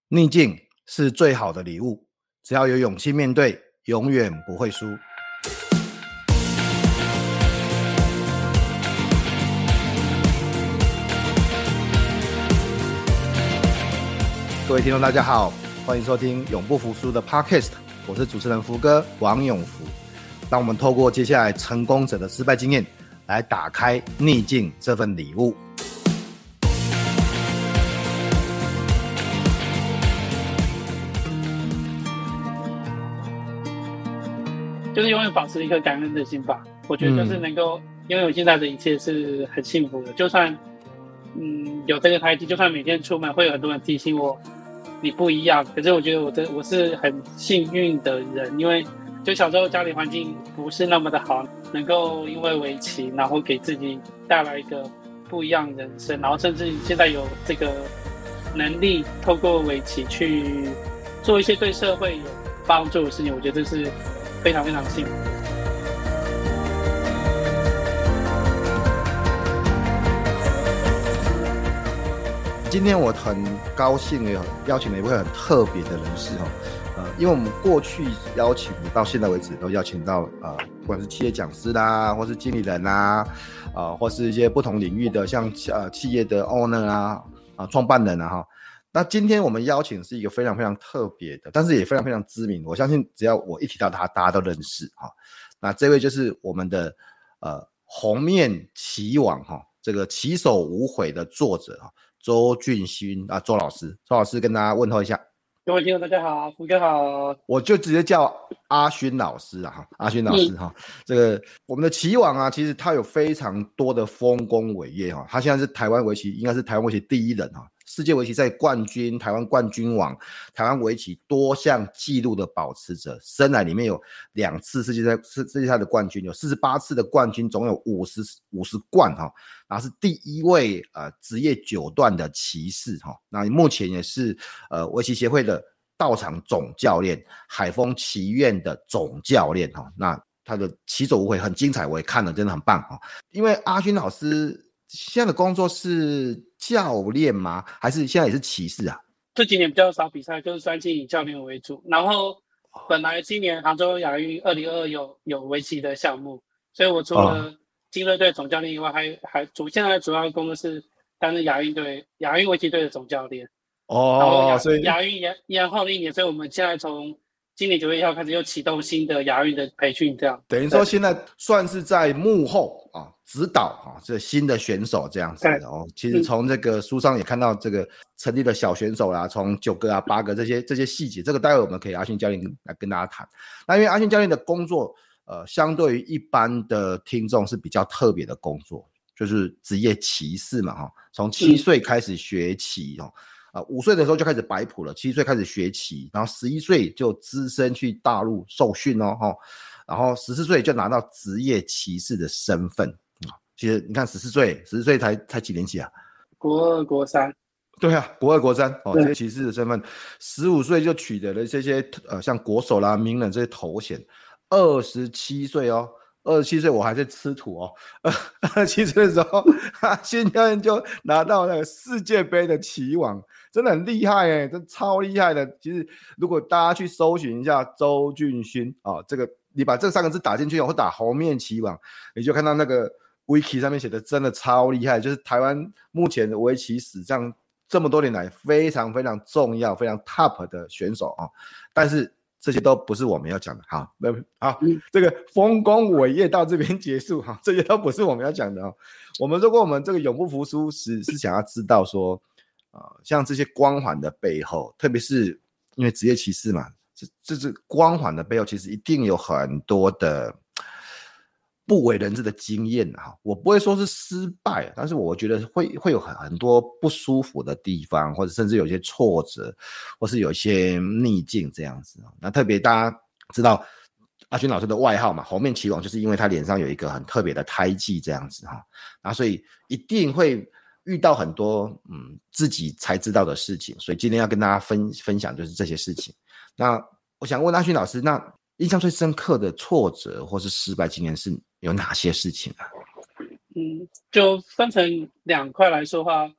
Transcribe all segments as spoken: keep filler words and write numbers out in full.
逆境是最好的礼物，只要有勇气面对，永远不会输。各位听众大家好，欢迎收听永不服输的 Podcast， 我是主持人福哥王永福。让我们透过接下来成功者的失败经验，来打开逆境这份礼物。 就是永远保持一颗感恩的心吧。我觉得就是能够拥有现在的一切是很幸福的。就算嗯有这个胎记，就算每天出门会有很多人提醒我你不一样，可是我觉得我的我是很幸运的人，因为就小时候家里环境不是那么的好，能够因为围棋，然后给自己带来一个不一样的人生，然后甚至现在有这个能力透过围棋去做一些对社会有帮助的事情，我觉得这是非常非常幸福。 今天我很高兴邀请了一位很特别的人士哈，呃，因为我们过去邀请到现在为止都邀请到呃，不管是企业讲师啦，或是经理人啦，呃，或是一些不同领域的像呃企业的 owner 啊，啊创办人啊哈。那今天我们邀请是一个非常非常特别的，但是也非常非常知名，我相信只要我一提到他，大家都认识哈。那这位就是我们的呃红面棋王哈，这个棋手无悔的作者哈，周俊勋啊，周老师，周老师跟大家问候一下。 各位听众大家好，福哥好。 我就直接叫阿勋老师啊，阿勋老师哈、嗯，这个我们的棋王啊，其实他有非常多的丰功伟业哈，他现在是台湾围棋应该是台湾围棋第一人哈。世界围棋赛冠军、台湾冠军王、台湾围棋多项纪录的保持者，生涯里面有两次世界赛世界赛的冠军，有四十八次的冠军，总有五十五十冠哈，然后是第一位呃职业九段的棋士哈，那目前也是呃围棋协会的道场总教练、海丰棋院的总教练哈，那他的棋手无悔很精彩，我也看了，真的很棒哈。因为阿勋老师现在的工作是教练吗？还是现在也是棋士啊？ 这几年比较少比赛，就是专心以教练为主。然后本来今年杭州亚运二零二二有有围棋的项目，所以我除了金锐队总教练以外，还还主现在主要的工作是担任亚运队亚运围棋队的总教练。 哦， 然后亚所以亚运延延后了一年，所以我们现在从今年九月一号开始又启动新的亚运的培训，这样等于说现在算是在幕后啊指导啊这新的选手这样子哦。其实从这个书上也看到这个成立的小选手啦，从九个啊八个这些这些细节，这个待会我们可以阿勋教练来跟大家谈。那因为阿勋教练的工作呃相对于一般的听众是比较特别的工作，就是职业棋士嘛哈，从七岁开始学棋哦。呃，五岁的时候就开始摆谱了，七岁开始学棋，然后十一岁就只身去大陆受训哦，齁，然后十四岁就拿到职业棋士的身份。其实你看十四岁，十四岁才才几年级啊？ 国二、国三。 对啊，国二、国三哦，职业棋士的身份，十五岁就取得了这些呃像国手啦、名人这些头衔，二十七岁哦。二十七岁我还在吃土哦，二十七岁的时候，新教练就拿到那个世界杯的棋王，真的很厉害哎，真超厉害的。其实如果大家去搜寻一下周俊勋啊、哦，这个你把这三个字打进去，或打红面棋王，你就看到那个 wiki 上面写的真的超厉害，就是台湾目前的围棋史上这么多年来非常非常重要、非常 top 的选手啊、哦，但是。这些都不是我们要讲的，好，好，这个丰功伟业到这边结束哈，这些都不是我们要讲的哦。我们如果我们这个永不服输是是想要知道说，呃，像这些光环的背后，特别是因为职业棋士嘛，这这是光环的背后，其实一定有很多的不为人知的经验哈。我不会说是失败，但是我觉得会会有很很多不舒服的地方，或者甚至有些挫折，或是有一些逆境这样子。那特别大家知道阿勋老师的外号嘛，红面棋王，就是因为他脸上有一个很特别的胎记这样子哈。那所以一定会遇到很多嗯自己才知道的事情，所以今天要跟大家分分享就是这些事情。那我想问阿勋老师，那印象最深刻的挫折或是失败经验是有哪些事情啊？ 嗯，就分成两块来说的话，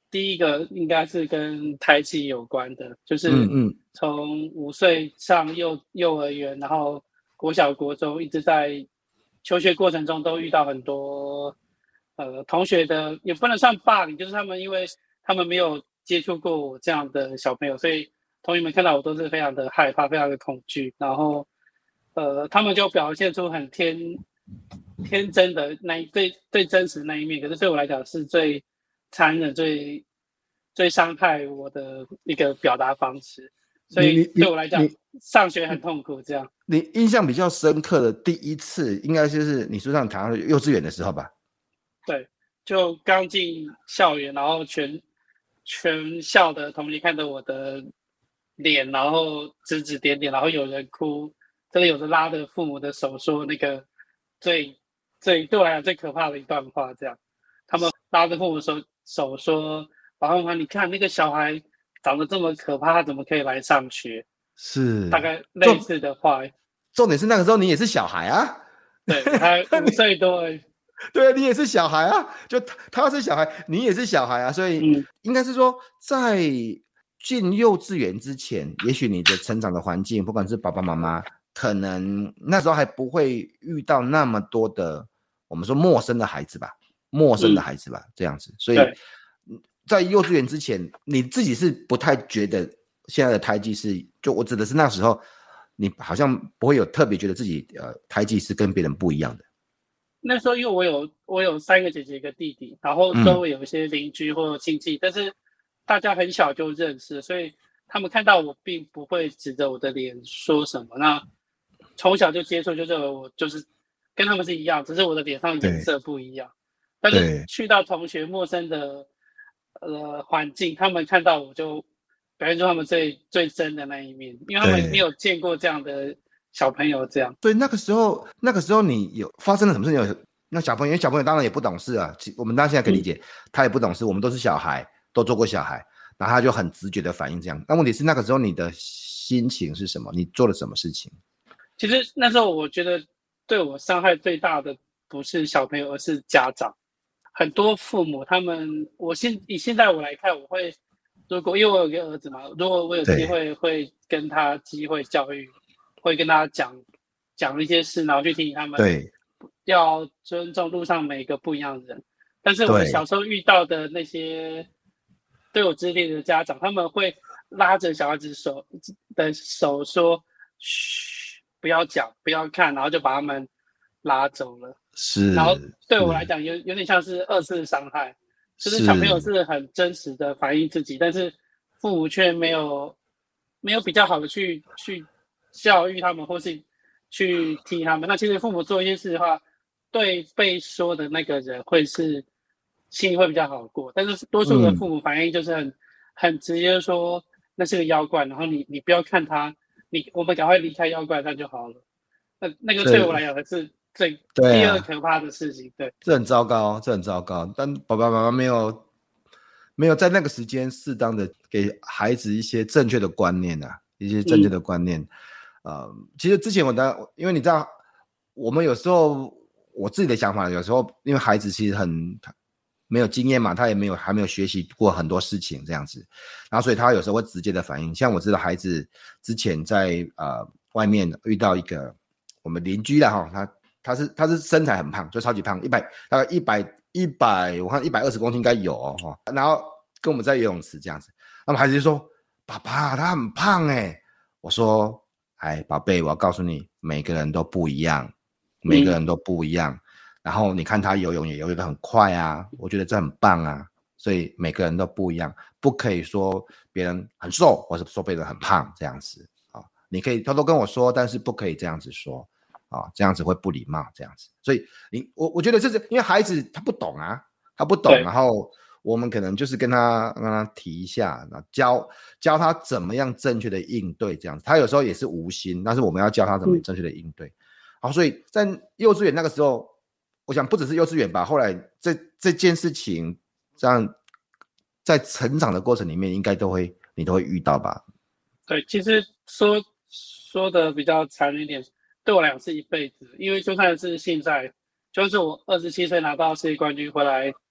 第一个应该是跟胎记有关的，就是嗯嗯从五岁上幼幼儿园，然后国小、国中，一直在求学过程中都遇到很多呃同学的，也不能算霸凌，就是他们因为他们没有接触过我这样的小朋友，所以同学们看到我都是非常的害怕，非常的恐惧，然后呃他们就表现出很天天真的那一最最真实那一面，可是对我来讲是最残忍、最最伤害我的一个表达方式，所以你你对我来讲， 你上学很痛苦。这样， 你印象比较深刻的第一次，应该就是你书上谈到幼稚园的时候吧？ 对，就刚进校园，然后全全校的同学看着我的脸，然后指指点点，然后有人哭，真的有人拉着父母的手说那个最最对我来讲最可怕的一段话，这样，他们拉着父母手手说：“爸爸妈妈，你看那个小孩长得这么可怕，他怎么可以来上学？” 是， 大概类似的话。 重点是那个时候你也是小孩啊， 对，才五岁多而已。 对啊，你也是小孩啊，就他他是小孩，你也是小孩啊，所以嗯应该是说，在进幼稚园之前，也许你的成长的环境，不管是爸爸妈妈，可能那时候还不会遇到那么多的我们说陌生的孩子吧，陌生的孩子吧，这样子，所以对在幼稚园之前，你自己是不太觉得现在的胎记是，就我指的是那时候，你好像不会有特别觉得自己呃胎记是跟别人不一样的。 那时候因为我有我有三个姐姐一个弟弟，然后周围有一些邻居或亲戚，但是大家很小就认识，所以他们看到我并不会指着我的脸说什么。那从小就接触，就认为我就是跟他们是一样，只是我的脸上颜色不一样。但是去到同学陌生的呃环境，他们看到我就表现出他们最最真的那一面，因为他们没有见过这样的小朋友这样。 所以那个时候，那个时候你有发生了什么事情？有那小朋友，因为小朋友当然也不懂事啊。我们当然现在可以理解，嗯、他也不懂事，我们都是小孩，都做过小孩，然后他就很直觉的反应这样。但问题是那个时候你的心情是什么？你做了什么事情？ 其实那时候我觉得对我伤害最大的不是小朋友，而是家长。很多父母他们，我现以现在我来看，我会如果因为我有个儿子嘛，如果我有机会会跟他机会教育，会跟他讲讲一些事，然后去提醒他们， 对， 要尊重路上每一个不一样的人。但是我小时候遇到的那些对我之类的家长，他们会拉着小孩子手的手说：“嘘，不要讲，不要看。”然后就把他们拉走了。 是， 然后对我来讲有有点像是二次伤害，就是小朋友是很真实的反映自己，但是父母却没有没有比较好的去去教育他们，或是去替他们。那其实父母做一些事的话，对被说的那个人会是心里会比较好过，但是多数的父母反应就是很、嗯、很直接说那是个妖怪，然后你你不要看他，你我们赶快离开妖怪那就好了。那那个对我来讲还是最第二可怕的事情，对， 这很糟糕，这很糟糕。但爸爸妈妈没有没有在那个时间适当的给孩子一些正确的观念啊，一些正确的观念。嗯、呃，其实之前我的，因为你知道，我们有时候我自己的想法，有时候因为孩子其实很没有经验嘛，他也没有还没有学习过很多事情这样子，然后所以他有时候会直接的反应。像我知道孩子之前在呃外面遇到一个我们邻居啦哈，他。他是他是身材很胖，就超级胖，一百大概一百一百，我看一百二十公斤应该有哦。然后跟我们在游泳池这样子，那么孩子就说：“爸爸，他很胖哎、欸。”我说：“哎，宝贝，我要告诉你，每个人都不一样，每个人都不一样。嗯、然后你看他游泳也游得很快啊，我觉得这很棒啊。所以每个人都不一样，不可以说别人很瘦，或者说别人很胖这样子啊。你可以偷偷跟我说，但是不可以这样子说。”啊、哦，这样子会不礼貌，这样子，所以你我我觉得这是因为孩子他不懂啊，他不懂，然后我们可能就是跟他跟他提一下，教教他怎么样正确的应对，这样子，他有时候也是无心，但是我们要教他怎么正确的应对。好、嗯，所以在幼稚园那个时候，我想不只是幼稚园吧，后来这这件事情，这样在成长的过程里面，应该都会你都会遇到吧？ 对，其实说说的比较残忍一点。对我来讲是一辈子，因为就算是现在，就算是我二十七岁拿到世界冠军回来，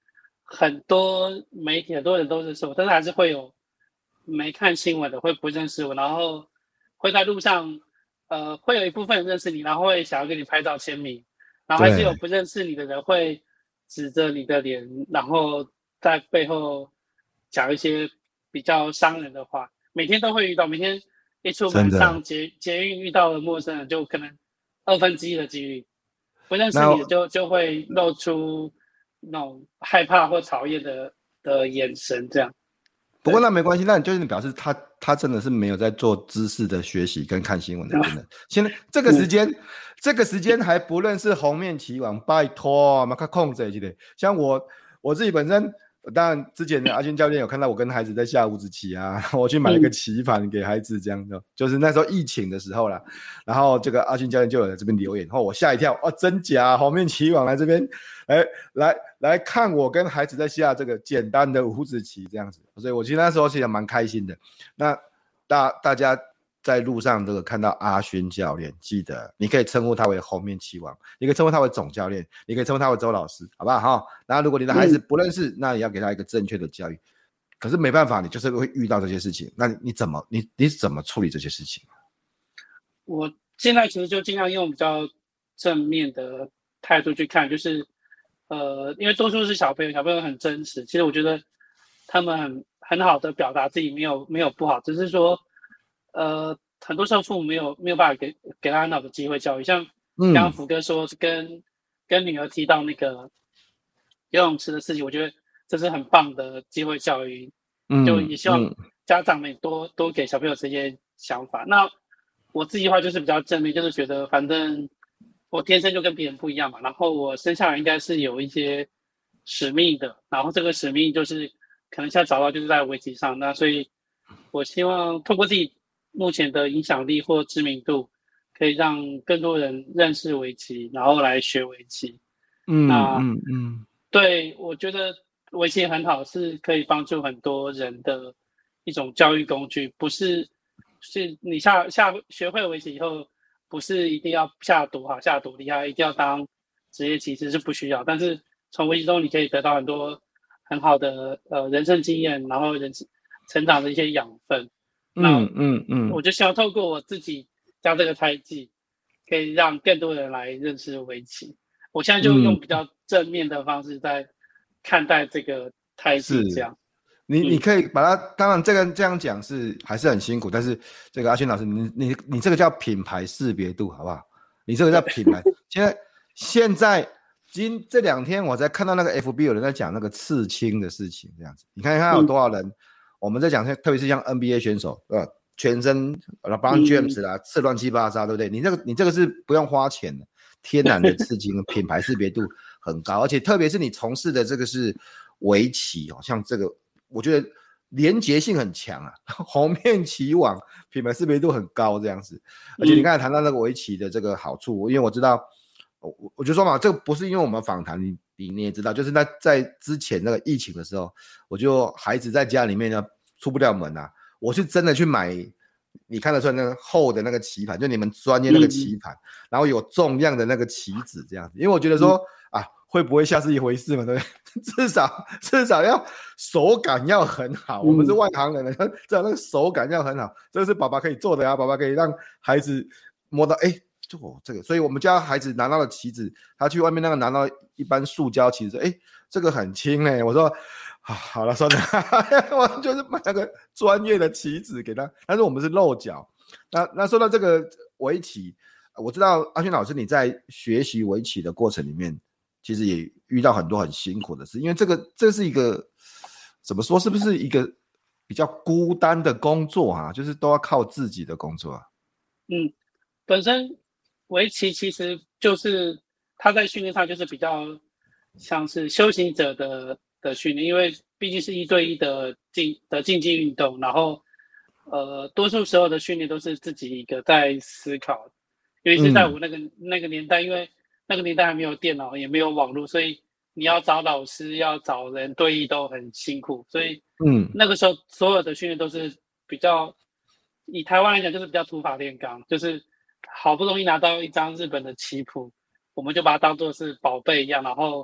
很多媒体很多人都认识我，但是还是会有没看新闻的会不认识我，然后会在路上，呃，会有一部分人认识你，然后会想要跟你拍照签名，然后还是有不认识你的人会指着你的脸，然后在背后讲一些比较伤人的话，每天都会遇到，每天一出门上捷捷运遇到了陌生人，就可能二分之一的几率，不认识你的就就会露出那种害怕或讨厌的的眼神，这样。 不过那没关系，那你就是表示他他真的是没有在做知识的学习跟看新闻的，真的。现在这个时间、嗯，这个时间还不认识红面棋王，拜托，马卡控制一点。像我我自己本身。当然，之前的阿勋教练有看到我跟孩子在下五子棋啊，我去买了个棋盘给孩子，这样的、嗯，就是那时候疫情的时候啦。然后这个阿勋教练就有在这边留言，然后我吓一跳，哦，真假？红面棋王来这边来来来看我跟孩子在下这个简单的五子棋这样子，所以我其实那时候其实蛮开心的。那大大家在路上这个看到阿勋教练，记得你可以称呼他为红面棋王，你可以称呼他为总教练，你可以称呼他为周老师，好不好哈？那如果你的孩子不认识、嗯，那你要给他一个正确的教育。可是没办法，你就是会遇到这些事情，那你怎么你你怎么处理这些事情？ 我现在其实就尽量用比较正面的态度去看，就是呃，因为多数是小朋友，小朋友很真实，其实我觉得他们很很好的表达自己，没有没有不好，只是说。呃，很多时候父母没有没有办法给给他很好的机会教育，像刚刚福哥说跟、嗯、跟女儿提到那个游泳池的事情，我觉得这是很棒的机会教育，嗯，就也希望家长们多、嗯、多给小朋友这些想法。那我自己的话就是比较正面，就是觉得反正我天生就跟别人不一样嘛，然后我生下来应该是有一些使命的，然后这个使命就是可能现在找到就是在围棋上，那所以我希望透过自己目前的影响力或知名度，可以让更多人认识围棋，然后来学围棋。 嗯嗯嗯， 对，我觉得围棋很好，是可以帮助很多人的一种教育工具。不是，是你下下学会围棋以后，不是一定要下多好、下多厉害，一定要当职业棋士是不需要。但是从围棋中，你可以得到很多很好的呃人生经验，然后人成长的一些养分。那嗯嗯嗯， 我就希望透过我自己加这个胎记，可以让更多人来认识围棋。我现在就用比较正面的方式在看待这个胎记，这样。 你你可以把它，当然这个这样讲是还是很辛苦，但是这个阿勋老师，你你你这个叫品牌识别度，好不好？你这个叫品牌。现在现在今这两天我才看到那个 F B 有人在讲那个刺青的事情，这样子，你看看有多少人。嗯，我们在讲，特别是像 N B A 选手，呃，全身 LeBron James 啦，刺乱七八糟，对不对？你这个你这个是不用花钱的，天然的刺青，品牌识别度很高，而且特别是你从事的这个是围棋哦，像这个，我觉得连结性很强啊，红面棋网品牌识别度很高这样子。而且你刚才谈到那个围棋的这个好处，因为我知道，我我就说嘛，这个不是因为我们访谈你。你也知道，就是那在之前那个疫情的时候，我就孩子在家里面呢出不了门啊，我是真的去买，你看得出来那个厚的那个棋盘，就你们专业那个棋盘，嗯、然后有重量的那个棋子这样子，因为我觉得说、嗯、啊，会不会下是一回事嘛，对不对？至少至少要手感要很好，嗯、我们是外行人，至少那个手感要很好，这是爸爸可以做的啊，爸爸可以让孩子摸到，哎。哦，这个，所以我们家孩子拿到了棋子，他去外面那个拿到一般塑胶棋子，哎，这个很轻哎、欸，我说，啊，好了算了，我就是买那个专业的棋子给他，但是我们是漏脚。那那说到这个围棋，我知道阿勋老师你在学习围棋的过程里面，其实也遇到很多很辛苦的事，因为这个这是一个怎么说，是不是一个比较孤单的工作啊？就是都要靠自己的工作啊。 嗯，本身。围棋其实就是他在训练上就是比较像是修行者的的训练，因为毕竟是一对一的竞的竞技运动，然后呃多数时候的训练都是自己一个在思考，尤其是在我那个、嗯、那个年代，因为那个年代还没有电脑也没有网络，所以你要找老师要找人对弈都很辛苦，所以嗯那个时候所有的训练都是比较以台湾来讲就是比较土法炼钢，就是好不容易拿到一张日本的棋谱，我们就把它当作是宝贝一样，然后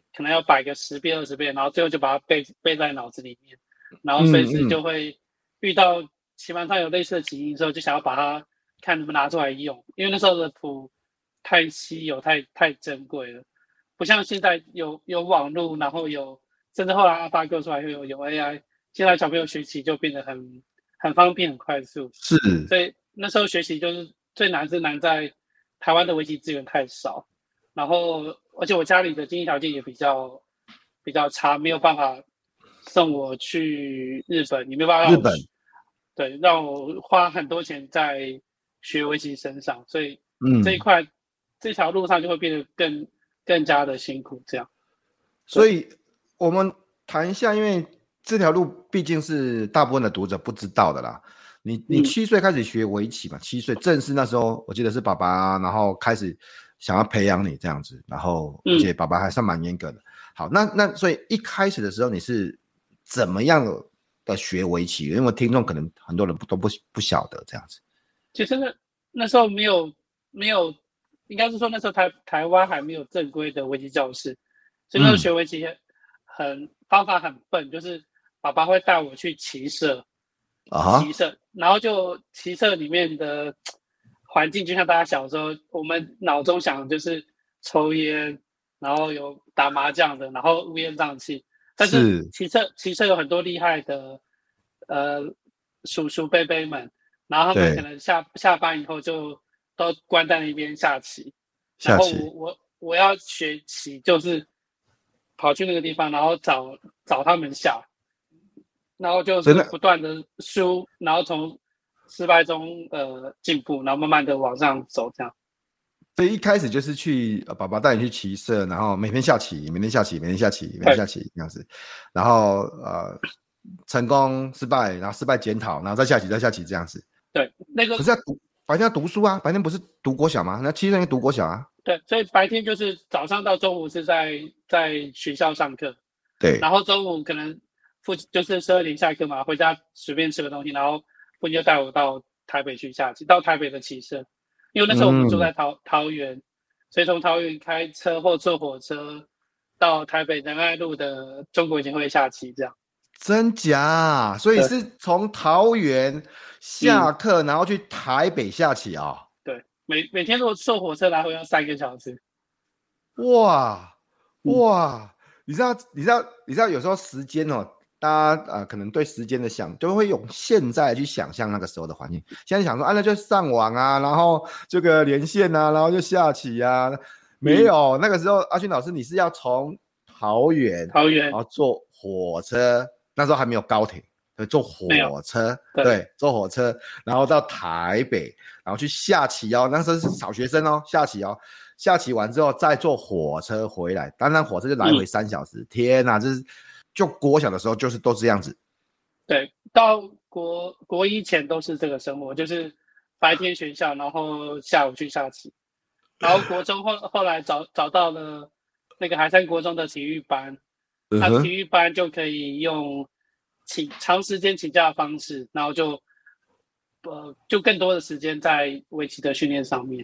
可能要摆个十遍二十遍，然后最后就把它背背在脑子里面，然后随时就会遇到棋盘上有类似的棋形的时候，就想要把它看能不能拿出来用，因为那时候的谱太稀有、太太珍贵了，不像现在有有网络，然后有甚至后来 AlphaGo 出来又有有 A I， 现在小朋友学习就变得很很方便、很快速。 是， 所以那时候学习就是最难是难在台湾的围棋资源太少，然后而且我家里的经济条件也比较比较差，没有办法送我去日本，也没有办法让我日本对让我花很多钱在学围棋身上，所以这一块、嗯、这条路上就会变得更更加的辛苦。这样， 所以我们谈一下，因为这条路毕竟是大部分的读者不知道的啦。你你七岁开始学围棋嘛？七岁正是那时候，我记得是爸爸，然后开始想要培养你这样子，然后而且爸爸还算蛮严格的。好，那那所以一开始的时候你是怎么样的学围棋？因为听众可能很多人都不不晓得这样子。 其实那那时候没有没有，应该是说那时候台台湾还没有正规的围棋教室，所以那时候学围棋很、嗯、方法很笨，就是爸爸会带我去棋社。 啊， 棋社，然后就棋社里面的环境，就像大家小时候我们脑中想的就是抽烟，然后有打麻将的，然后乌烟瘴气。但是棋社棋社有很多厉害的呃叔叔伯伯们，然后他们可能下下班以后就都关在那边下棋。 下棋。 然后我我我要学棋，就是跑去那个地方，然后找找他们下。然后就是不断的输，然后从失败中呃进步，然后慢慢的往上走，这样。 所以一开始就是去、呃、爸爸带你去棋社，然后每天下棋，每天下棋，每天下棋，每天下棋这样子，然后呃成功失败，然后失败检讨，然后再下棋，再下棋这样子。 对，那个可是要读白天要读书啊，白天不是读国小吗？那七岁应该读国小啊。 对，所以白天就是早上到中午是在在学校上课， 对， 然后中午可能。父就是十二点下课嘛，回家随便吃个东西，然后父亲就带我到台北去下棋，到台北的棋社，因为那时候我们住在桃、嗯、桃园，所以从桃园开车或坐火车到台北仁爱路的中国棋会下棋，这样。 真假？所以是从桃园下课、嗯，然后去台北下棋啊、哦？ 对，每每天如果坐火车来回要三个小时。 哇哇、嗯，你知道你知道你知道有时候时间哦。大家、呃、可能对时间的想就会用现在去想象那个时候的环境。现在想说啊，那就上网啊，然后这个连线啊，然后就下棋啊。没有，嗯、那个时候阿勋老师你是要从桃园， 桃园， 然后坐火车，那时候还没有高铁，坐火车，对，对，坐火车，然后到台北，然后去下棋哦。那时候是小学生哦，下棋哦，下棋完之后再坐火车回来，当然火车就来回三小时。嗯、天哪，这是。就国小的时候就是都这样子， 对，到国国一前都是这个生活，就是白天学校，然后下午去下棋，然后国中后后来找找到了那个海山国中的体育班，那、嗯、体育班就可以用请长时间请假的方式，然后就呃就更多的时间在围棋的训练上面。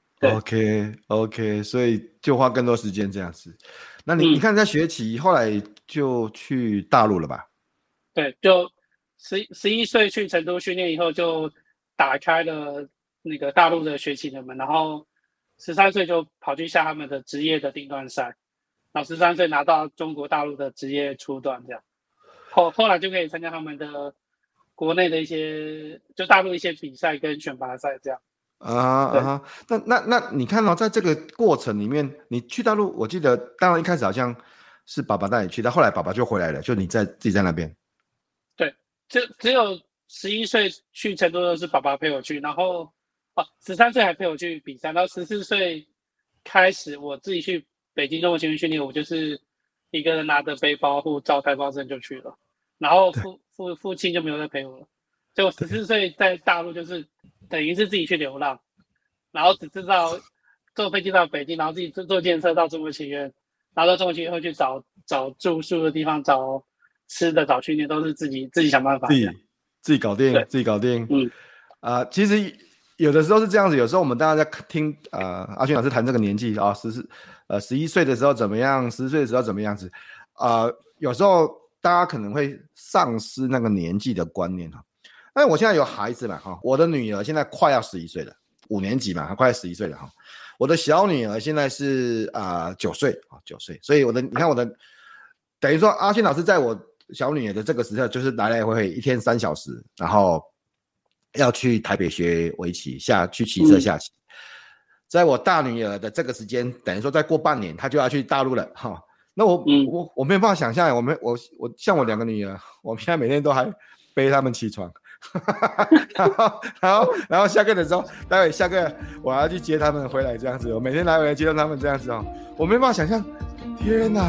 OK OK， 所以就花更多时间这样子。那你、嗯、你看在学棋，后来就去大陆了吧？ 对，就十十一岁去成都训练以后，就打开了那个大陆的学棋的门，然后十三岁就跑去下他们的职业的定段赛，然后十三岁拿到中国大陆的职业初段，这样后后来就可以参加他们的国内的一些就大陆一些比赛跟选拔赛这样。 啊啊，那那那你看哦，在这个过程里面，你去大陆，我记得当然一开始好像是爸爸带你去，但后来爸爸就回来了，就你在自己在那边。 对，就只有十一岁去成都的是爸爸陪我去，然后哦十三岁还陪我去比赛，然后十四岁开始我自己去北京中国棋院训练，我就是一个人拿着背包护照、台胞证就去了，然后父父父亲就没有再陪我了，所以我十四岁在大陆就是等于是自己去流浪，然后只知道坐飞机到北京，然后自己坐坐电车到中国棋院，然后到中国棋院会去找找住宿的地方、找吃的、找训练，都是自己自己想办法， 自己自己搞定，自己搞定。 嗯， 啊、呃，其实有的时候是这样子，有时候我们大家在听呃阿勋老师谈这个年纪啊，十四呃，十一岁的时候怎么样，十岁的时候怎么样子，呃，有时候大家可能会丧失那个年纪的观念哈。但我现在有孩子了哈，我的女儿现在快要十一岁了，五年级嘛，快要十一岁了哈。我的小女儿现在是啊九岁啊九岁，所以我的你看我的等于说阿轩老师在我小女儿的这个时刻就是来来回回一天三小时，然后要去台北学围棋，下去骑车下棋。嗯，在我大女儿的这个时间，等于说再过半年，她就要去大陆了哈。那我、嗯、我我没有办法想象，我们我我像我两个女儿，我现在每天都还背她们起床，然后然后然后下课的时候，待会下课我还要去接她们回来这样子，我每天来回接到她们这样子哦，我没办法想象，天哪！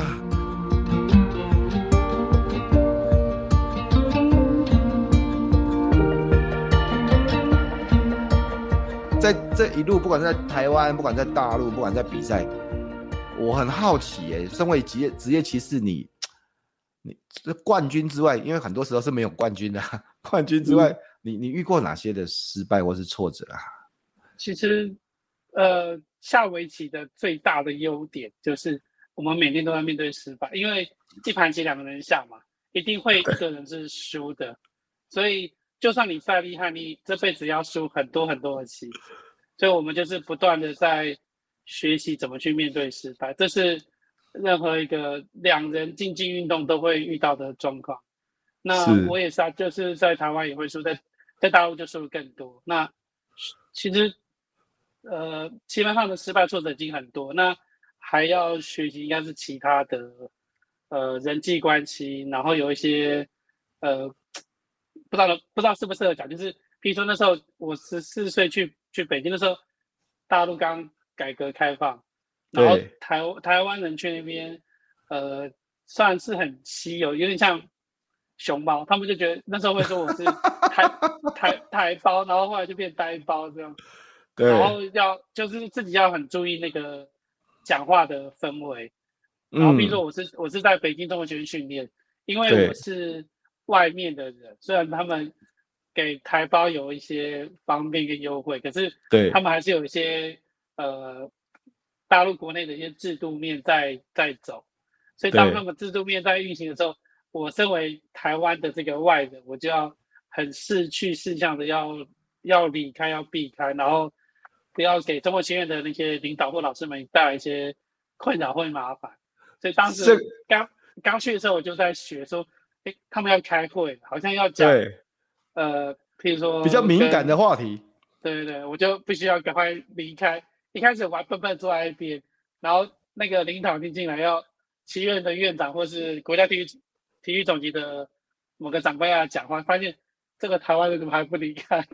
在这一路，不管在台湾，不管在大陆，不管在比赛，我很好奇耶。身为职业职业棋士，你你冠军之外，因为很多时候是没有冠军的、啊，冠军之外，嗯、你你遇过哪些的失败或是挫折啊？ 其实，呃，下围棋的最大的优点就是我们每天都在面对失败，因为一盘棋两个人下嘛，一定会一个人是输的，所以。就算你再厉害，你这辈子要输很多很多的棋，所以我们就是不断的在学习怎么去面对失败，这是任何一个两人竞技运动都会遇到的状况。那我也是啊，就是在台湾也会输，在在大陆就输更多。那其实呃，棋盘上的失败挫折已经很多，那还要学习应该是其他的呃人际关系，然后有一些呃。不知道不知道适不适合讲，就是比如说那时候我十四岁去去北京的时候，大陆刚改革开放，然后台台湾人去那边，呃，算是很稀有，有点像熊猫，他们就觉得那时候会说我是台台台胞，然后后来就变呆胞这样， 对， 然后要就是自己要很注意那个讲话的氛围，然后比如说我是、嗯、我是在北京中文学院训练，因为我是。外面的人虽然他们给台胞有一些方便跟优惠，可是他们还是有一些呃大陆国内的一些制度面在在走，所以当他们制度面在运行的时候，我身为台湾的这个外人，我就要很识趣事项的要要离开，要避开，然后不要给中国学院的那些领导或老师们带来一些困扰或麻烦。所以当时刚刚去的时候，我就在学说。欸、他们要开会，好像要讲，呃，譬如说比较敏感的话题， 对对对，我就必须要赶快离开。一开始我还笨笨坐在一边，然后那个领导进进来，要棋院的院长或是国家体育体育总局的某个长官要讲话，发现这个台湾人怎么还不离开？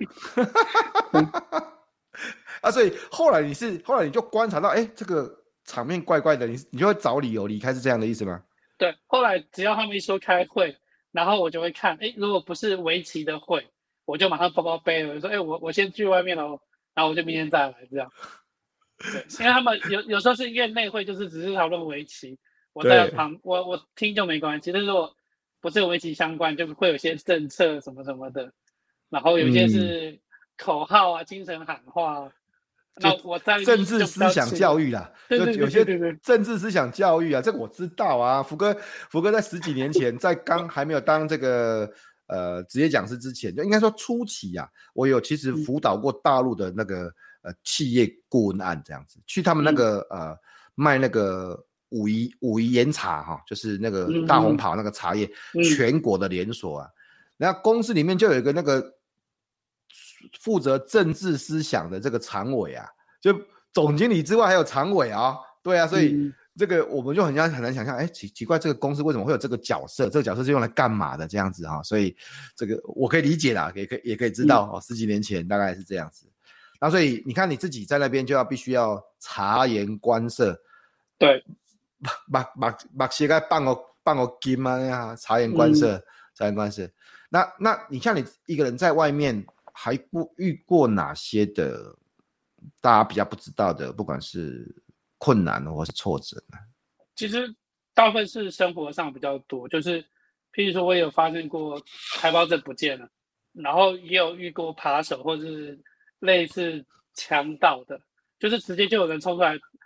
啊，所以后来你是后来你就观察到，哎，这个场面怪怪的，你你就会找理由离开，是这样的意思吗？ 对，后来只要他们一说开会，然后我就会看，哎，如果不是围棋的会，我就马上包包背了，我说，哎，我我先去外面喽，然后我就明天再来这样。对，因为他们有有时候是院内会，就是只是讨论围棋，我在旁我我听就没关系，但是我不是围棋相关，就会有些政策什么什么的，然后有些是口号啊、嗯、精神喊话、啊。那我在政治思想教育啦， 对对对对对对就有些政治思想教育啊，这个我知道啊。福哥，福哥在十几年前，在刚还没有当这个呃职业讲师之前，就应该说初期啊，我有其实辅导过大陆的那个呃企业顾问案这样子，去他们那个、嗯、呃卖那个武夷武夷岩茶哈、哦，就是那个大红袍那个茶叶，嗯、全国的连锁啊，然后公司里面就有一个那个。负责政治思想的这个常委啊，就总经理之外还有常委啊，对啊，所以这个我们就很很难想象，哎，奇奇怪这个公司为什么会有这个角色？这个角色是用来干嘛的？这样子哈，所以这个我可以理解啦，也可以也可以知道哦，十几年前大概是这样子。那所以你看你自己在那边就要必须要察言观色， 对， 把把把膝盖放个放个金啊，察言观色，察言观色。那那你像你一个人在外面。还不遇过哪些的大家比较不知道的，不管是困难或是挫折呢？ 其实大部分是生活上比较多，就是譬如说我也有发生过台胞证不见了，然后也有遇过扒手或是类似强盗的，就是直接就有人冲出来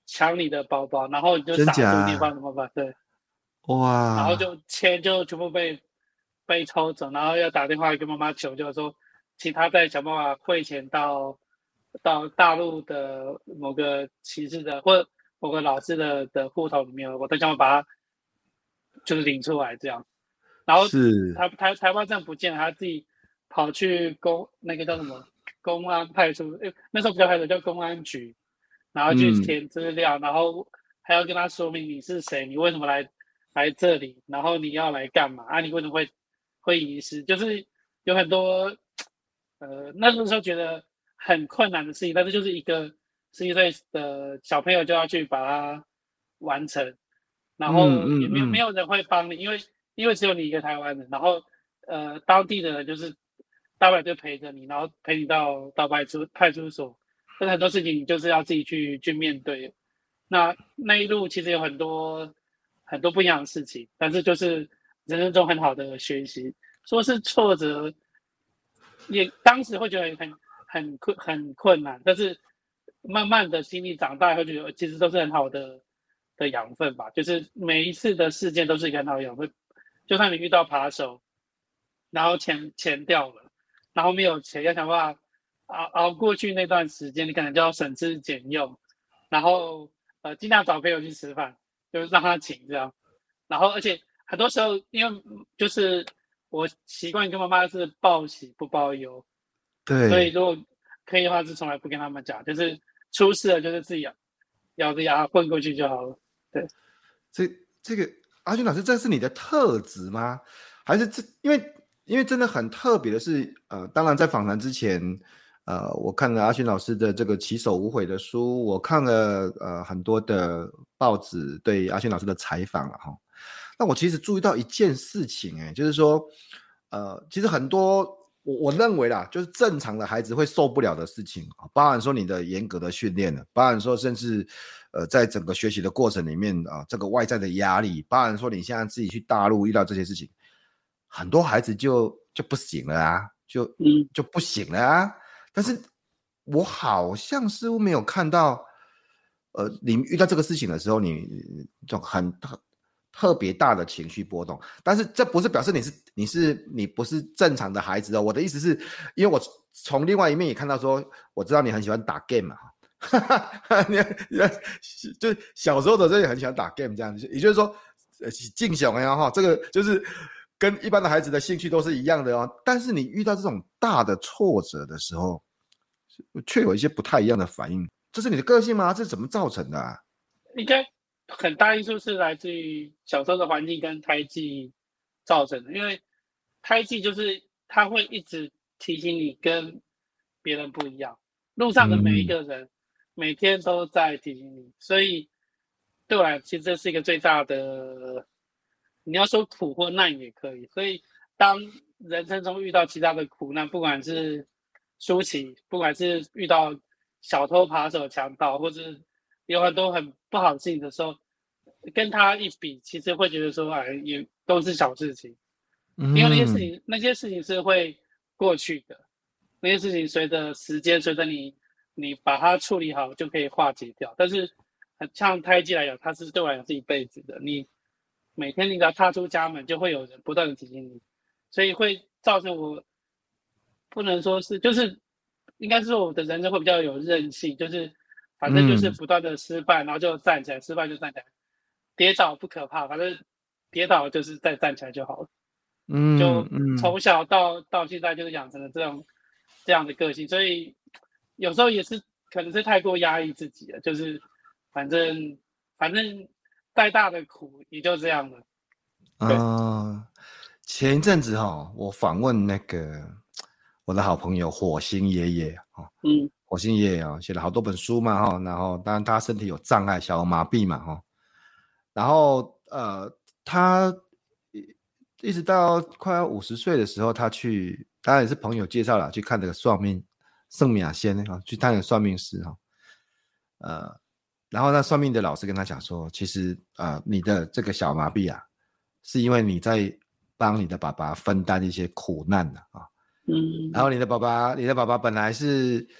抢你的包包，然后你就傻住，你不知道怎么办，对， 哇， 然后就钱就全部被被偷走，然后要打电话跟妈妈求救说，请他再想办法汇钱到到大陆的某个歧视的或某个老师的的户头里面，我再想办法把它就是领出来这样。然后是台台台湾证不见了，他自己跑去公那个叫什么公安派出，诶那时候比较派出叫公安局，然后去填资料，嗯、然后还要跟他说明你是谁，你为什么来来这里，然后你要来干嘛啊？你为什么会会遗失？就是有很多呃那时候觉得很困难的事情，但是就是一个十一岁的小朋友就要去把它完成，然后也没有、嗯嗯、没有人会帮你，因为。因为只有你一个台湾人，然后呃当地的人就是大不了就陪着你，然后陪你到到派出派出所，但很多事情你就是要自己去去面对。那那一路其实有很多很多不一样的事情，但是就是人生中很好的学习。说是挫折，也当时会觉得很很困很困难，但是慢慢的经历长大会觉得其实都是很好的的养分吧，就是每一次的事件都是一个很好的养分。就算你遇到扒手，然后钱钱掉了，然后没有钱，要想办法熬熬过去那段时间，你可能就要省吃俭用，然后呃尽量找朋友去吃饭，就是让他请这样。然后而且很多时候，因为就是我习惯跟妈妈是报喜不报忧， 对， 所以如果可以的话，是从来不跟他们讲，就是出事了就是自己咬着牙混过去就好了。对， 这这个。阿军老师，这是你的特质吗？还是这因为因为真的很特别的是，呃，当然在访谈之前，呃，我看了阿军老师的这个起手无悔的书，我看了呃很多的报纸对阿军老师的采访了哈。那我其实注意到一件事情、欸，哎，就是说，呃，其实很多我我认为啦，就是正常的孩子会受不了的事情，包含说你的严格的训练了，包含说甚至。呃，在整个学习的过程里面啊、呃，这个外在的压力，包含说你现在自己去大陆遇到这些事情，很多孩子就就不行了啊，就嗯就不行了啊。但是我好像似乎没有看到，呃，你遇到这个事情的时候，你就很特特别大的情绪波动。但是这不是表示你是你是你不是正常的孩子哦。我的意思是，因为我从另外一面也看到说，我知道你很喜欢打 game 嘛。哈哈，你就小时候的时候也很喜欢打 game 这样子，也就是说，呃，敬雄呀哈，这个就是跟一般的孩子的兴趣都是一样的哦。但是你遇到这种大的挫折的时候，却有一些不太一样的反应，这是你的个性吗？这是怎么造成的啊？ 应该很大因素是来自于小时候的环境跟胎记造成的，因为胎记就是它会一直提醒你跟别人不一样，路上的每一个人。嗯每天都在提醒你，所以对我来，其实这是一个最大的，你要说苦或难也可以。所以当人生中遇到其他的苦难，不管是舒淇，不管是遇到小偷、扒手、强盗，或者有很多很不好的事情的时候，跟他一比，其实会觉得说，哎，也都是小事情， 嗯、 因为那些事情，那些事情是会过去的，那些事情随着时间，随着你。你把它处理好就可以化解掉，但是像胎记来讲，它是对我来讲是一辈子的。你每天你只要踏出家门，就会有人不断的提醒你，所以会造成我不能说是，就是应该是说我的人生会比较有韧性，就是反正就是不断的失败，嗯、然后就站起来，失败就站起来，跌倒不可怕，反正跌倒就是再站起来就好了。嗯，就从小到到现在就是养成了这种这样的个性，所以。有时候也是可能是太过压抑自己了，就是反正反正再大的苦也就这样了。 啊、呃，前一阵子哈、哦，我访问那个我的好朋友火星爷爷哈，嗯，火星爷爷啊、哦，写了好多本书嘛哈，然后当然他身体有障碍，小儿麻痹嘛哈，然后呃他一直到快要五十岁的时候，他去当然也是朋友介绍了去看这个算命。圣米亚仙啊，去当个算命师哈，呃，然后那算命的老师跟他讲说，其实呃，你的这个小麻痹啊，是因为你在帮你的爸爸分担一些苦难的啊，嗯，然后你的爸爸，你的爸爸本来是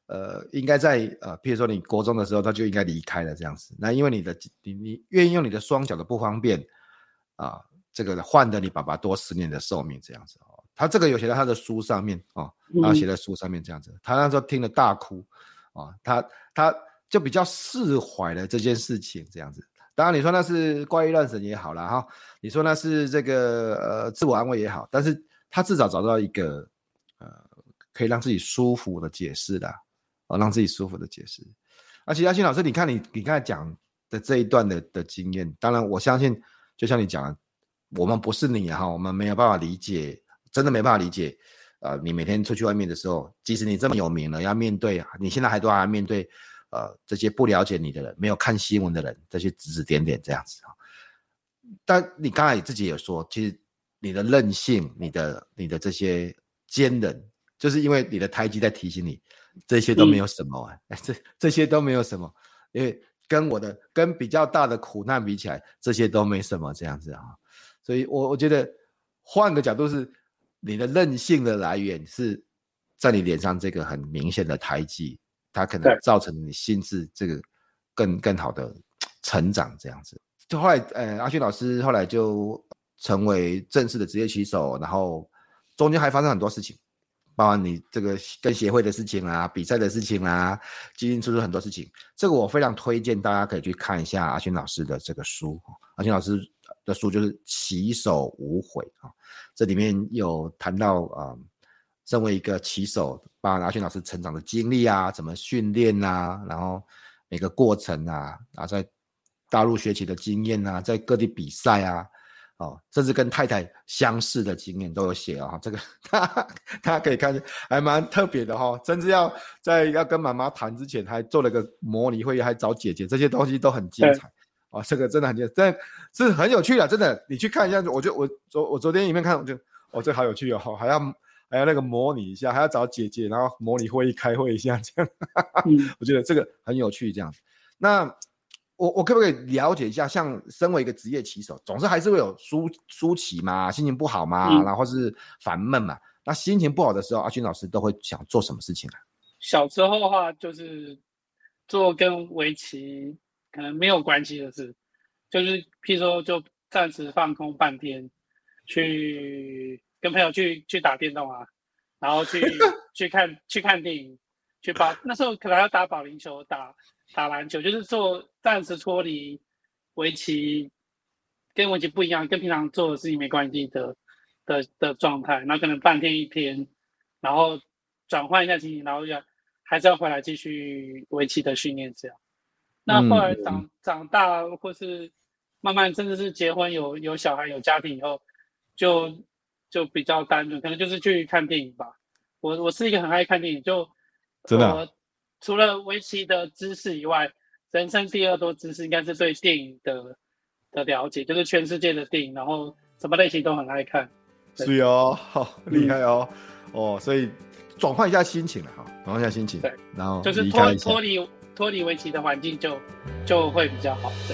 呃，应该在呃，譬如说你国中的时候，他就应该离开了这样子。那因为你的你你愿意用你的双脚的不方便啊、呃，这个换得你爸爸多十年的寿命这样子哦。他这个有写在他的书上面哦，他写在书上面这样子。他那时候听了大哭哦，他他就比较释怀了这件事情这样子。当然你说那是怪异乱神也好啦哈，你说那是这个呃自我安慰也好，但是他至少找到一个呃可以让自己舒服的解释的。哦，让自己舒服的解释。而且阿新老师，你看你你刚才讲的这一段的的经验，当然我相信，就像你讲的，我们不是你哈，我们没有办法理解，真的没办法理解。呃，你每天出去外面的时候，即使你这么有名了，要面对你现在还都还要面对呃这些不了解你的人，没有看新闻的人，这些指指点点这样子哈。但你刚才自己也说，其实你的韧性，你的你的这些坚韧，就是因为你的胎记在提醒你。这些都没有什么、啊嗯、这这些都没有什么，因为跟我的跟比较大的苦难比起来，这些都没什么这样子啊。所以我我觉得换个角度是，你的韧性的来源是在你脸上这个很明显的胎记，它可能造成你心智这个更更好的成长这样子。就后来呃阿勋老师后来就成为正式的职业棋手，然后中间还发生很多事情。包含你这个跟协会的事情啦、比赛的事情啦，进进出出很多事情。这个我非常推荐大家可以去看一下阿勋老师的这个书。阿勋老师的书就是《棋手无悔》啊，这里面有谈到啊、呃，身为一个棋手，包含阿勋老师成长的经历啊，怎么训练啊，然后每个过程啊，啊，在大陆学棋的经验啊，在各地比赛啊。哦，甚至跟太太相似的经验都有写哦，这个大家可以看，还蛮特别的哈、哦。甚至要在要跟妈妈谈之前，还做了个模拟会议，还找姐姐，这些东西都很精彩哦。这个真的很精彩，真的是很有趣的，真的。你去看一下，我就我昨我昨天影片看，我就哦，这好有趣哦，还要还要那个模拟一下，还要找姐姐，然后模拟会议开会一下，这样，我觉得这个很有趣，这样子。那。我我可不可以了解一下，像身为一个职业棋手，总是还是会有输输棋嘛，心情不好嘛，嗯、然后是烦闷嘛。那心情不好的时候，阿勋老师都会想做什么事情啊？ 小时候的话，就是做跟围棋可能没有关系的事，就是譬如说，就暂时放空半天，去跟朋友去去打电动啊，然后去去看去看电影，去保那时候可能要打保龄球，打。打篮球就是做暂时脱离围棋，跟围棋不一样，跟平常做的事情没关系的的的状态。然后可能半天一天，然后转换一下心情，然后要还是要回来继续围棋的训练这样。那后来长、嗯、长大，或是慢慢甚至是结婚有有小孩有家庭以后，就就比较单纯，可能就是去看电影吧。我我是一个很爱看电影，就真的、啊。 呃除了围棋的知识以外，人生第二多知识应该是对电影的的了解，就是全世界的电影，然后什么类型都很爱看。 是哦，好厉害哦、嗯，哦，所以转换一下心情了哈，转换一下心情， 对， 然后就是脱脱离脱离围棋的环境就就会比较好，对。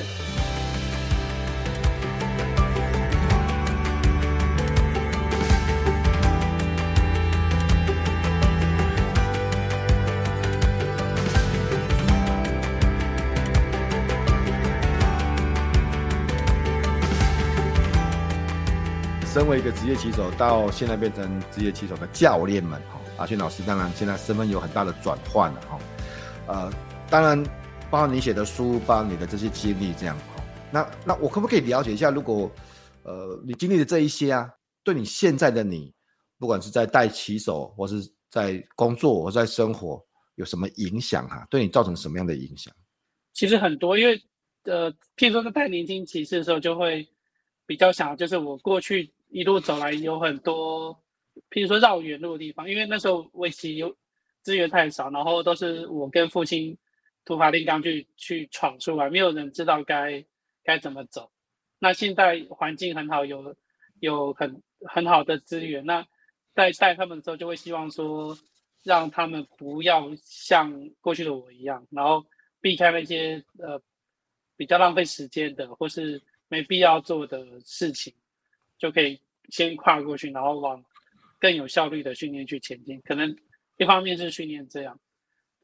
身为一个职业棋手，到现在变成职业棋手的教练们，阿勋老师当然现在身份有很大的转换了哈。呃，当然包括你写的书，包括你的这些经历这样。那那我可不可以了解一下，如果呃你经历的这一些啊，对你现在的你，不管是在带棋手，或是在工作，或是在生活，有什么影响啊？对你造成什么样的影响？ 其实很多，因为呃，譬如说在带年轻棋士的时候，就会比较想，就是我过去一路走来有很多，譬如说绕远路的地方，因为那时候围棋有资源太少，然后都是我跟父亲土法炼钢去去闯出来，没有人知道该该怎么走。那现在环境很好，有有很很好的资源，那在带他们的时候，就会希望说，让他们不要像过去的我一样，然后避开那些呃比较浪费时间的或是没必要做的事情。就可以先跨过去，然后往更有效率的训练去前进。可能一方面是训练这样，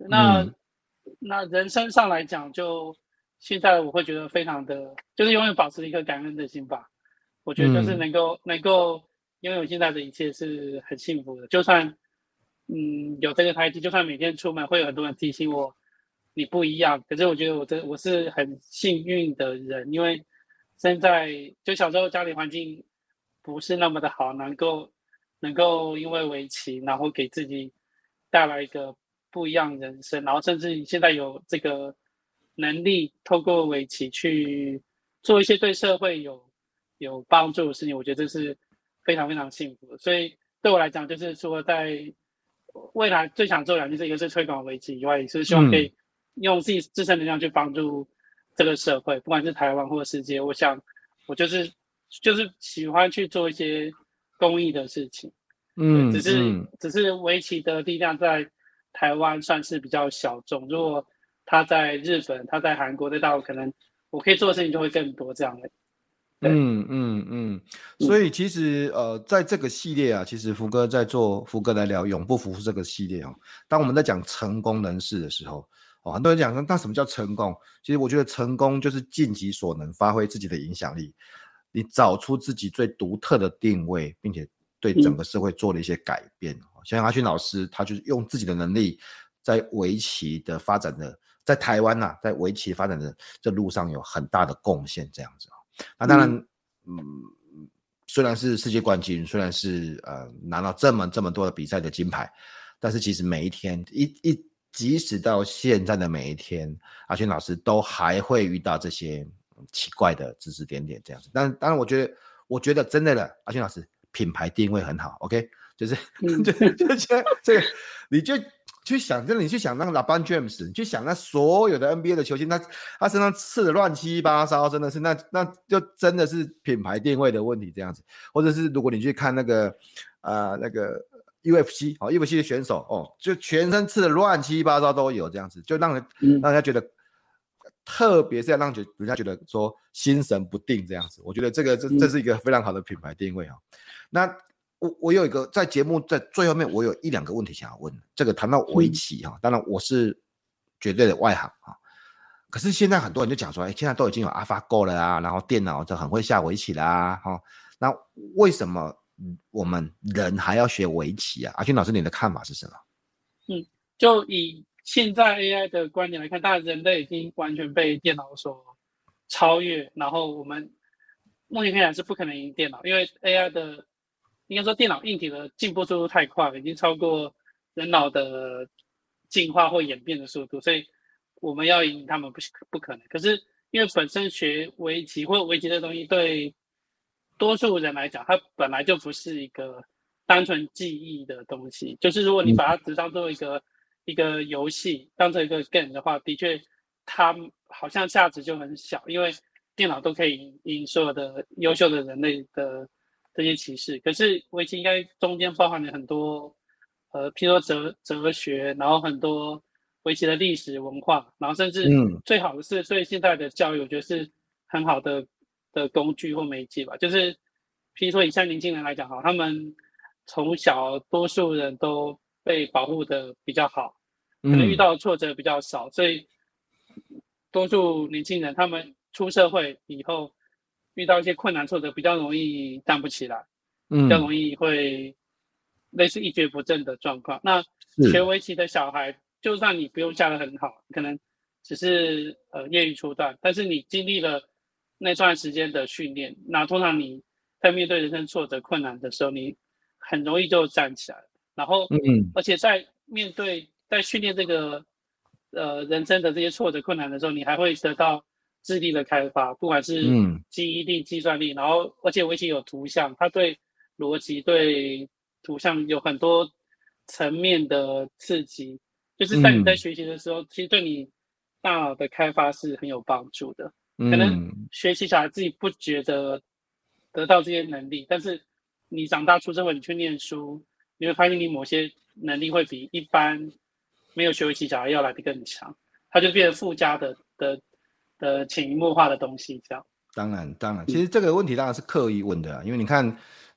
那、 嗯那人生上来讲，就现在我会觉得非常的，就是永远保持一颗感恩的心吧。我觉得就是嗯能够能够拥有现在的一切是很幸福的。就算嗯有这个胎记，就算每天出门会有很多人提醒我你不一样，可是我觉得我这我是很幸运的人，因为现在就小时候家里环境不是那么的好，能够能够因为围棋，然后给自己带来一个不一样人生，然后甚至现在有这个能力透过围棋去做一些对社会有有帮助的事情，我觉得这是非常非常幸福的。所以对我来讲，就是说在未来最想做两件事，一个是推广围棋以外，也是希望可嗯以用自己自身能量去帮助这个社会，不管是台湾或世界。我想我就是就是喜欢去做一些公益的事情。对，只是嗯嗯。 只是围棋的力量在台湾算是比较小众，如果他在日本、他在韩国、在大陆，可能我可以做的事情就会更多这样的。对， 嗯嗯嗯，所嗯以其实呃，在这个系列啊，其实福哥在做福哥来聊永不服输这个系列哦。当我们在讲成功人士的时候，哦，很多人讲说，那什么叫成功？其实我觉得成功就是尽己所能，发挥自己的影响力，你找出自己最独特的定位，并且对整个社会做了一些改变。嗯、像阿勋老师，他就是用自己的能力，在围棋的发展的，在台湾呐、啊，在围棋发展的这路上有很大的贡献，这样子。那当然，嗯，虽然是世界冠军，虽然是呃拿到这么这么多的比赛的金牌，但是其实每一天一一即使到现在的每一天，阿勋老师都还会遇到这些奇怪的指指点点这样子。但当然，我觉得我觉得真的了，阿勋老师品牌定位很好 ，OK， 就是就就现在这个你就。去想，真的，你去想那个 LeBron James， 你去想那所有的 N B A 的球星，他他身上刺的乱七八糟，真的是那那就真的是品牌定位的问题这样子。或者是如果你去看那个呃那个 U F C 哦 ，U F C 的选手哦，就全身刺的乱七八糟都有这样子，就让人让人家觉得，特别是要让人家觉得说心神不定这样子。我觉得这个这这是一个非常好的品牌定位啊、哦。那我我有一个在节目在最后面，我有一两个问题想要问。这个谈到围棋哈、啊，当然我是绝对的外行啊。可是现在很多人就讲说，哎，现在都已经有 AlphaGo 了啊，然后电脑就很会下围棋啦，哈、哦。那为什么我们人还要学围棋啊？阿勋老师，你的看法是什么？ 嗯，就以现在 A I 的观点来看，当然人类已经完全被电脑所超越，然后我们目前看来是不可能赢电脑，因为 A I 的。应该说，电脑硬体的进步速度太快了，已经超过人脑的进化或演变的速度，所以我们要赢他们不不可能。可是因为本身学围棋或围棋的东西，对多数人来讲，它本来就不是一个单纯记忆的东西。就是如果你把它只当做一个、嗯、一个游戏，当做一个 game 的话，的确它好像价值就很小，因为电脑都可以赢赢所有的优秀的人类的。这些歧视，可是围棋应该中间包含了很多，呃，譬如说哲哲学，然后很多围棋的历史文化，然后甚至最好的是对现在的教育，我觉得是很好的的工具或媒介吧。就是譬如说以像年轻人来讲，哈，他们从小多数人都被保护的比较好，可能遇到的挫折比较少，所以多数年轻人他们出社会以后。遇到一些困难挫折，比较容易站不起来，比较容易会类似一蹶不振的状况。那学围棋的小孩，就算你不用下得很好，可能只是呃业余初段，但是你经历了那段时间的训练，那通常你在面对人生挫折困难的时候，你很容易就站起来了。然后，嗯，而且在面对在训练这个呃人生的这些挫折困难的时候，你还会得到。智力的开发，不管是记忆力、计算力，然后而且围棋有图像，它对逻辑、对图像有很多层面的刺激，就是在你在学习的时候，其实对你大脑的开发是很有帮助的。可能学习小孩自己不觉得得到这些能力，但是你长大出社会，你去念书，你会发现你某些能力会比一般没有学围棋小孩要来得更强，它就变成附加的的。的潜移默化的东西，这样。 当然，当然，其实这个问题当然是刻意问的、啊，因为你看，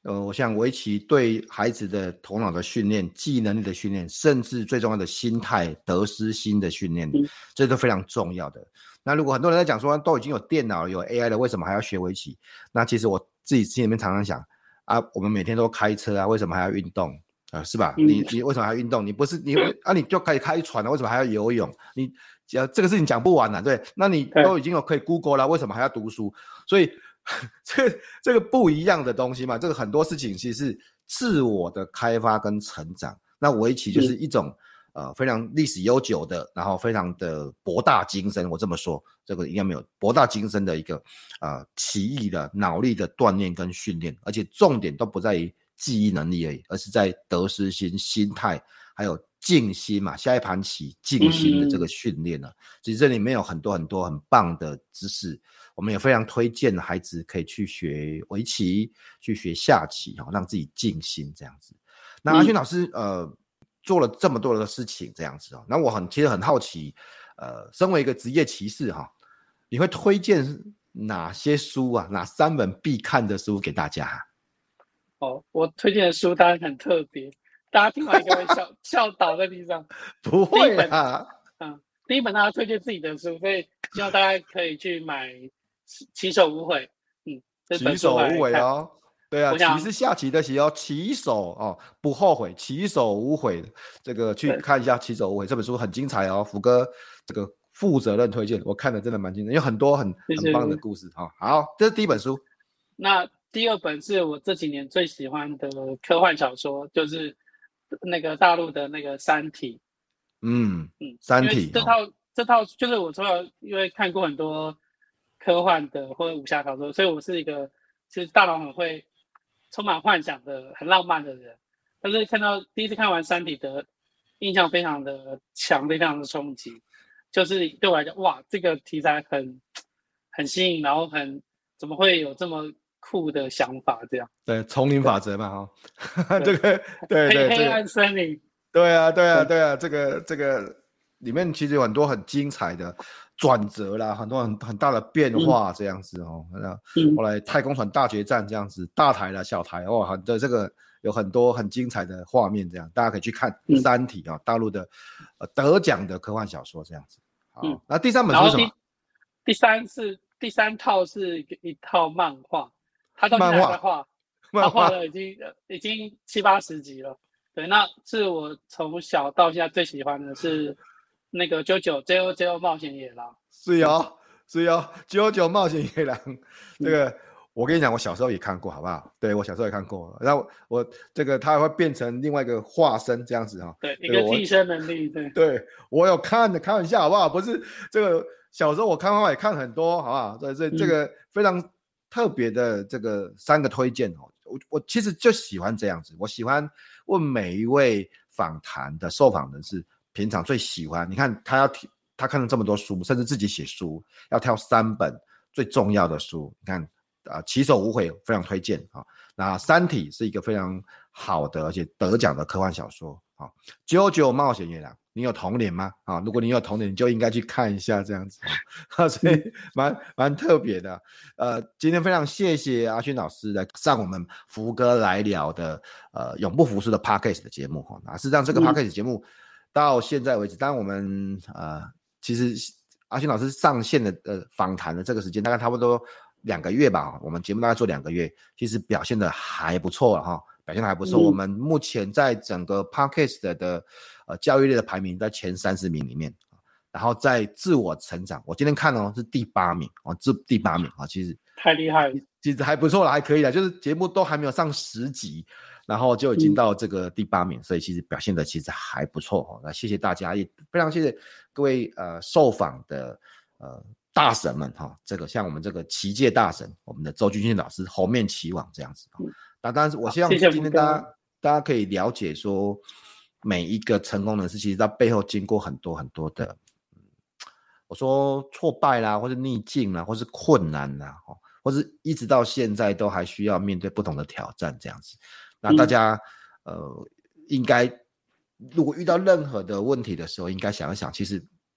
呃，我想围棋对孩子的头脑的训练、记忆能力的训练，甚至最重要的心态、得失心的训练， 嗯、 这都非常重要的。那如果很多人在讲说都已经有电脑有 A I 了，为什么还要学围棋？那其实我自己心里面常常想啊，我们每天都开车啊，为什么还要运动啊？是吧？ 嗯、 你你为什么还要运动？你不是你啊，你就可以开船了，为什么还要游泳？你这个事情讲不完了，对？那你都已经有可以 Google 了，为什么还要读书？所以这个这个不一样的东西嘛，这个很多事情其实是自我的开发跟成长。那围棋就是一种、嗯、呃非常历史悠久的，然后非常的博大精深，我这么说，这个应该没有博大精深的一个呃棋艺的脑力的锻炼跟训练，而且重点都不在于记忆能力而已，而是在得失心、心态，还有静心嘛，下一盘棋静心的这个训练呢、啊。其实这里面有很多很多很棒的知识。我们也非常推荐孩子可以去学围棋，去学下棋，让自己静心这样子。那阿勋老师、嗯、呃做了这么多的事情这样子哦，那我很其实很好奇，呃，身为一个职业棋士哈，你会推荐哪些书啊？哪三本必看的书给大家、啊？ 哦，我推荐的书当然很特别，大家听完应该会笑笑倒在地上。 不会啊， 嗯，第一本大家推荐自己的书，所以希望大家可以去买。棋手无悔，嗯， 棋手无悔哦，对啊，棋是下棋的棋哦，棋手哦不后悔，棋手无悔，这个去看一下《棋手无悔》这本书很精彩哦，福哥这个负责任推荐，我看的真的蛮精彩，有很多很很棒的故事哈、哦。好，这是第一本书。 那第二本是我这几年最喜欢的科幻小说，就是那个大陆的那个《三体》。 嗯嗯，《三体》 这套、哦、这套就是我从小因为看过很多科幻的或者武侠小说，所以我是一个其实大脑很会充满幻想的很浪漫的人。但是看到第一次看完《三体》的印象非常的强，非常的冲击，就是对我来讲，哇，这个题材很很新颖，然后很怎么会有这么酷的想法？这样对，丛林法则嘛，哈，这个对对黑黑暗森林， 对啊对啊对啊，这个这个里面其实有很多很精彩的转折啦，很多很很大的变化这样子哦。嗯、后来太空船大决战这样子，大台啦小台哦，很的这个有很多很精彩的画面，这样大家可以去看《三体》啊、哦，大陆的呃得奖的科幻小说这样子。好，嗯、那第三本书是什么？ 第三是第三套是一套漫画，他到现在还在画，他画了已经已经七八十集了。对，那是我从小到现在最喜欢的是那个九九 J O J O 冒险野狼。 是哦，是哦，九九冒险野狼，这个、嗯、我跟你讲，我小时候也看过，好不好？对，我小时候也看过，然后我这个他会变成另外一个化身这样子哈、哦。 对，一个替身能力，对。 对，我有看的，开玩笑好不好？不是这个小时候我看漫画也看很多，好不好？这这这个非常特别的这个三个推荐哦。我我其实就喜欢这样子，我喜欢问每一位访谈的受访人是平常最喜欢。你看他要他看了这么多书，甚至自己写书，要挑三本最重要的书。你看啊，棋手无悔非常推荐啊。那《三体》是一个非常好的而且得奖的科幻小说啊。九九冒险野狼，你有童年吗？啊，如果你有童年，你就应该去看一下这样子啊，所以蛮蛮特别的。呃，今天非常谢谢阿勋老师来上我们福哥来聊的呃永不服输的 Podcast 的节目哈。啊，事实上这个 Podcast 节目到现在为止，当然我们呃其实阿勋老师上线的呃访谈的这个时间大概差不多两个月吧，我们节目大概做两个月，其实表现的还不错了哈。表现的还不错、嗯，我们目前在整个 Podcast 的呃教育类的排名在前三十名里面，然后在自我成长，我今天看哦是第八名哦，这第八名啊，其实太厉害了， 其实还不错了，还可以了，就是节目都还没有上十集，然后就已经到这个第八名、嗯，所以其实表现的其实还不错哦。那谢谢大家，也非常谢谢各位呃受访的呃大神们哈、哦，这个像我们这个棋界大神，我们的周君信老师猴面棋王这样子、哦。嗯，那当然，我希望今天大家大家可以了解说，每一个成功人士其实在背后经过很多很多的，我说挫败啦，或是逆境啦，或是困难啦，或是一直到现在都还需要面对不同的挑战这样子。那大家、嗯、呃，应该如果遇到任何的问题的时候，应该想一想，其实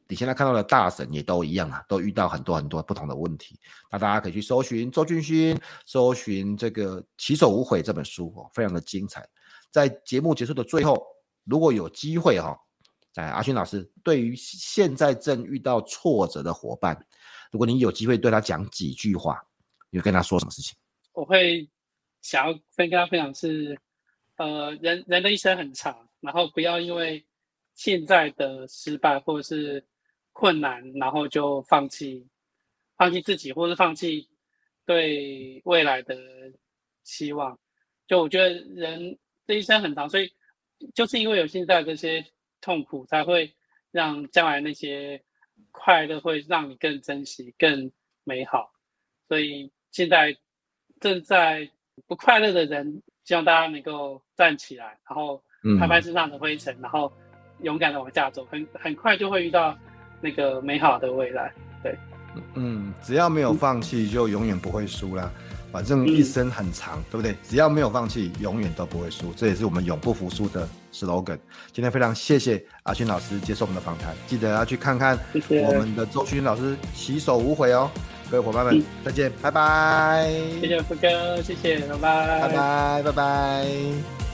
你现在看到的大神也都一样啊，都遇到很多很多不同的问题。那大家可以去搜寻周俊勋，搜寻这个《起手无悔》这本书哦，非常的精彩。在节目结束的最后，如果有机会哈、哦，在阿勋老师对于现在正遇到挫折的伙伴，如果你有机会对他讲几句话，你会跟他说什么事情？ 我会想要跟他分享是，呃，人人的一生很长，然后不要因为现在的失败或者是困难，然后就放弃，放弃自己，或是放弃对未来的希望。就我觉得人这一生很长，所以就是因为有现在这些痛苦，才会让将来那些快乐会让你更珍惜、更美好。所以现在正在不快乐的人，希望大家能够站起来，然后拍拍身上的灰尘，嗯、然后勇敢的往下走，很很快就会遇到那个美好的未来。对， 嗯，只要没有放弃，就永远不会输啦。反正一生很长，嗯、对不对？只要没有放弃，永远都不会输。这也是我们永不服输的 slogan。今天非常谢谢阿勋老师接受我们的访谈，记得要去看看我们的周勋老师起手无悔哦。各位伙伴们，嗯、再见，拜拜。 谢谢福哥，谢谢，拜拜， 拜拜，拜拜。